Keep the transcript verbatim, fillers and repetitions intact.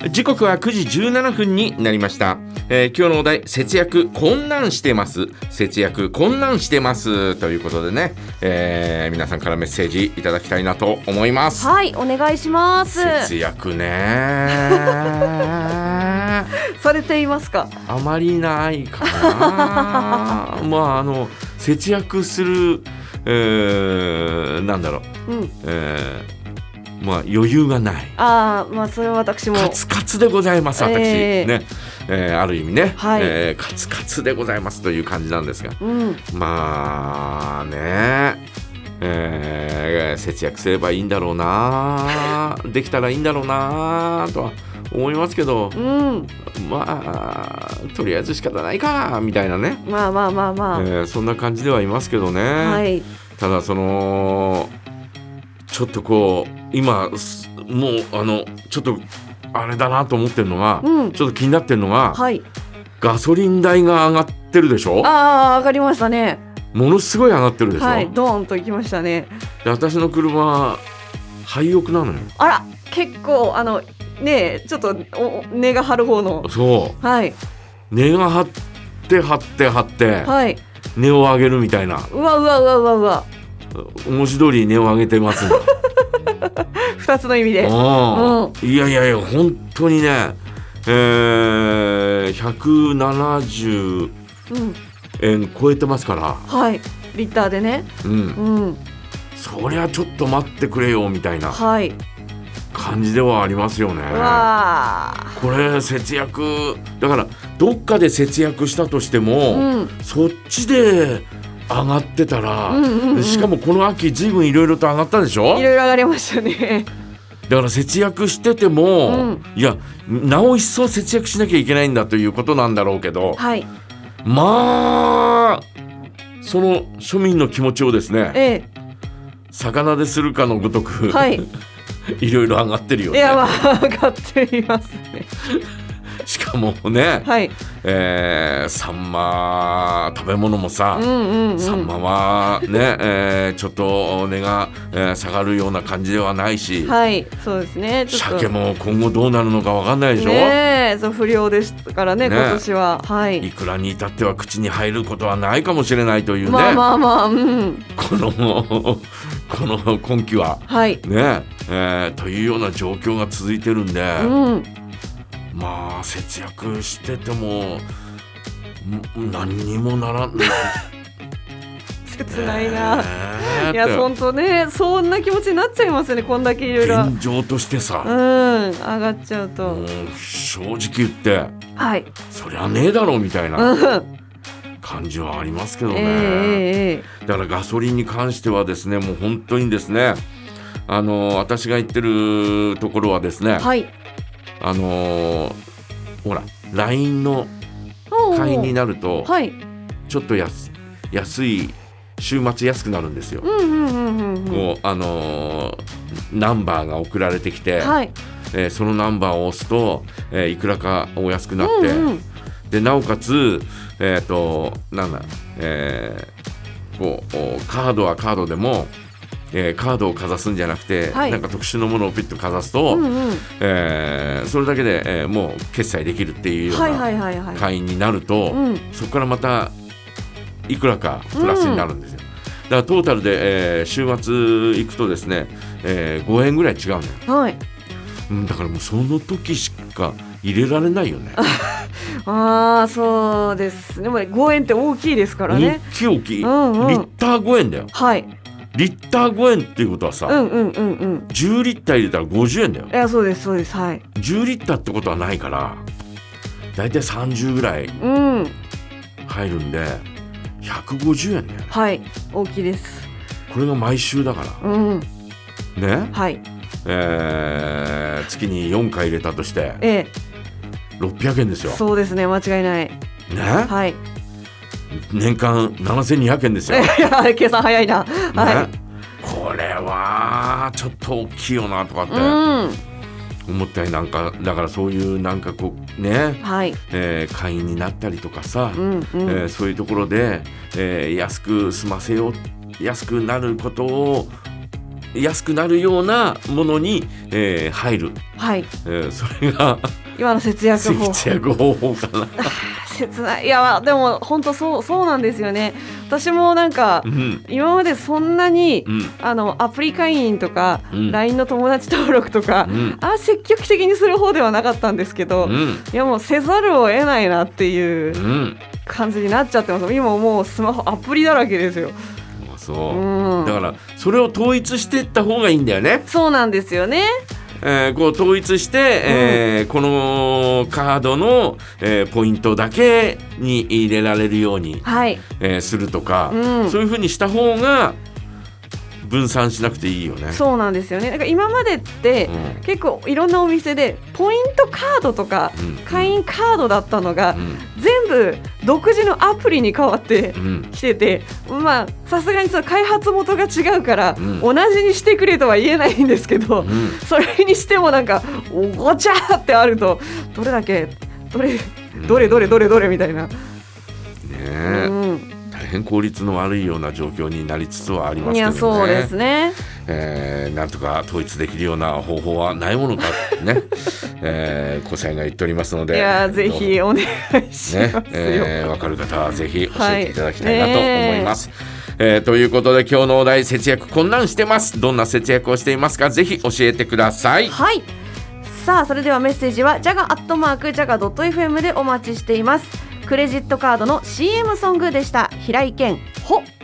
時刻はくじじゅうななふんになりました、えー、今日のお題、節約困難してます節約困難してますということでね、えー、皆さんからメッセージいただきたいなと思います。 はい、お願いします。 節約ねされていますか？ あまりないかなまああの節約する、えー、なんだろう、うんえーまあ、余裕がない。 ああ、まあそれは私もカツカツでございます私、えーねえー、ある意味ね、 はいえー、カツカツでございますという感じなんですが、 うん、 まあね、えー、節約すればいいんだろうなできたらいいんだろうなとは思いますけど、 うん、 まあとりあえず仕方ないかみたいなね、 まあまあまあまあ、 えー、そんな感じではいますけどね、 はい、 ただそのちょっとこう今もうあのちょっとあれだなと思ってるのが、うん、ちょっと気になってるのが、はい、ガソリン代が上がってるでしょ。 ああ、上がりましたね。 ものすごい上がってるでしょ。 はい、ドーンといきましたね。 で私の車廃屋なのよ。 あら、結構あのねちょっと値が張る方の。 そう、はい、値が張って張って張って、はい、値を上げるみたいな。 うわうわうわうわうわ、 文字通り値を上げてますね二つの意味で、うん、 いやいやいや本当にね、えー、ひゃくななじゅうえん超えてますから、 うん、はい、リッターでね、 うんうん、そりゃちょっと待ってくれよみたいな感じではありますよね、 はい、 これ節約だからどっかで節約したとしても、うん、そっちで上がってたら、うんうんうん、しかもこの秋ずいぶんいろいろと上がったでしょ。 いろいろ上がりましたね。 だから節約してても、うん、いやなお一層節約しなきゃいけないんだということなんだろうけど、はい、まあその庶民の気持ちをですね、ええ、魚でするかのごとく、はい、いろいろ上がってるよね。 いや、まあ、上がっていますねしかもね、はい、えー、サンマ食べ物もさ、うんうんうん、サンマはね、えー、ちょっと値が、えー、下がるような感じではないし、 はい、そうですね。ちょっと鮭も今後どうなるのか分かんないでしょ。 ね、そう不良ですからね、今年は、はい、 いくらに至っては口に入ることはないかもしれないというね、 まあまあまあ、うん、 このこの今期は、はいねえー、というような状況が続いてるんで、うん、まあ節約してても何にもならん切ないな、えー、いや本当ね、そんな気持ちになっちゃいますよね。こんだけいろいろ現状としてさ、 うん、上がっちゃうと、 うん、正直言って、はい、そりゃねえだろうみたいな、うん感じはありますけどね、えー、だからガソリンに関してはですね、もう本当にですね、あの私が言ってるところはですね、はい、あのー、ほら ライン の会員になると、はい、ちょっと 安, 安い週末安くなるんですよ。こうあのー、ナンバーが送られてきて、はい、えー、そのナンバーを押すと、えー、いくらかお安くなって、うんうん、でなおかつえっ、ー、となんだ、えー、こうカードはカードでも、えー、カードをかざすんじゃなくて、はい、なんか特殊なものをピッとかざすと、うんうん、えー、それだけで、えー、もう決済できるっていうような会員になると、うん、そこからまたいくらかプラスになるんですよ、うん、だからトータルで、えー、週末行くとですね、えー、ごえんぐらい違うのよ、はい、だからもうその時しか入れられないよねああ、そうですね。ごえんって大きいですからね。 大きい大きい、うんうん、リッターごえんだよ。はい。リッターごえんっていうことはさ、うんうんうんうん、じゅうリッター入れたらごじゅうえんだよ。 いや、そうですそうです、はい。 じゅうリッターってことはないからだいたいさんじゅうぐらい入るんで、ひゃくごじゅうえんだよね。 はい、大きいです。 これが毎週だから、うん、ね、 はい、 えー、月によんかい入れたとして、ええ、ろっぴゃくえんですよ。 そうですね、間違いないね。はい、 年間ななせんにひゃくえんですよ計算早いな、ね、はい、 これはちょっと大きいよなとかって思ったりなんか、だからそういうなんかこうね、はい、えー、会員になったりとかさ、うんうん、えー、そういうところで、えー、安く済ませよう、安くなることを安くなるようなものに、えー、入る、 はいえー、それが今の節約方法節約方法かな切ない。いやでも本当そうそうなんですよね。私もなんか、うん、今までそんなに、うん、あのアプリ会員とか、うん、ライン の友達登録とか、うん、あ積極的にする方ではなかったんですけど、うん、いやもうせざるを得ないなっていう感じになっちゃってます。今もうスマホアプリだらけですよ。 そう、うん、だからそれを統一していった方がいいんだよね。 そうなんですよね。 えー、こう統一して、えーうん、このカードの、えー、ポイントだけに入れられるように、はいえー、するとか、うん、そういう風にした方が分散しなくていいよね。 そうなんですよね。なんか今までって、うん、結構いろんなお店でポイントカードとか、うん、会員カードだったのが、うん、全部独自のアプリに変わってきてて、うん、まあさすがにその開発元が違うから、うん、同じにしてくれとは言えないんですけど、うん、それにしてもなんかおごちゃーってあるとどれだけどれどれどれどれどれみたいな、ねえ、うん大変効率の悪いような状況になりつつはありますけどね。 いやそうですね、 えー、なんとか統一できるような方法はないものかね、えー、小さいが言っておりますので、 いやぜひお願いしますよ、ねえー、分かる方はぜひ教えていただきたいなと思います、はいえー、ということで今日のお題節約こんなんしてます。どんな節約をしていますか、ぜひ教えてください。 はい、さあそれではメッセージは ジャガ アットマーク ジャガ ドット エフエム でお待ちしています。クレジットカードの シーエム ソングでした。平井堅ほ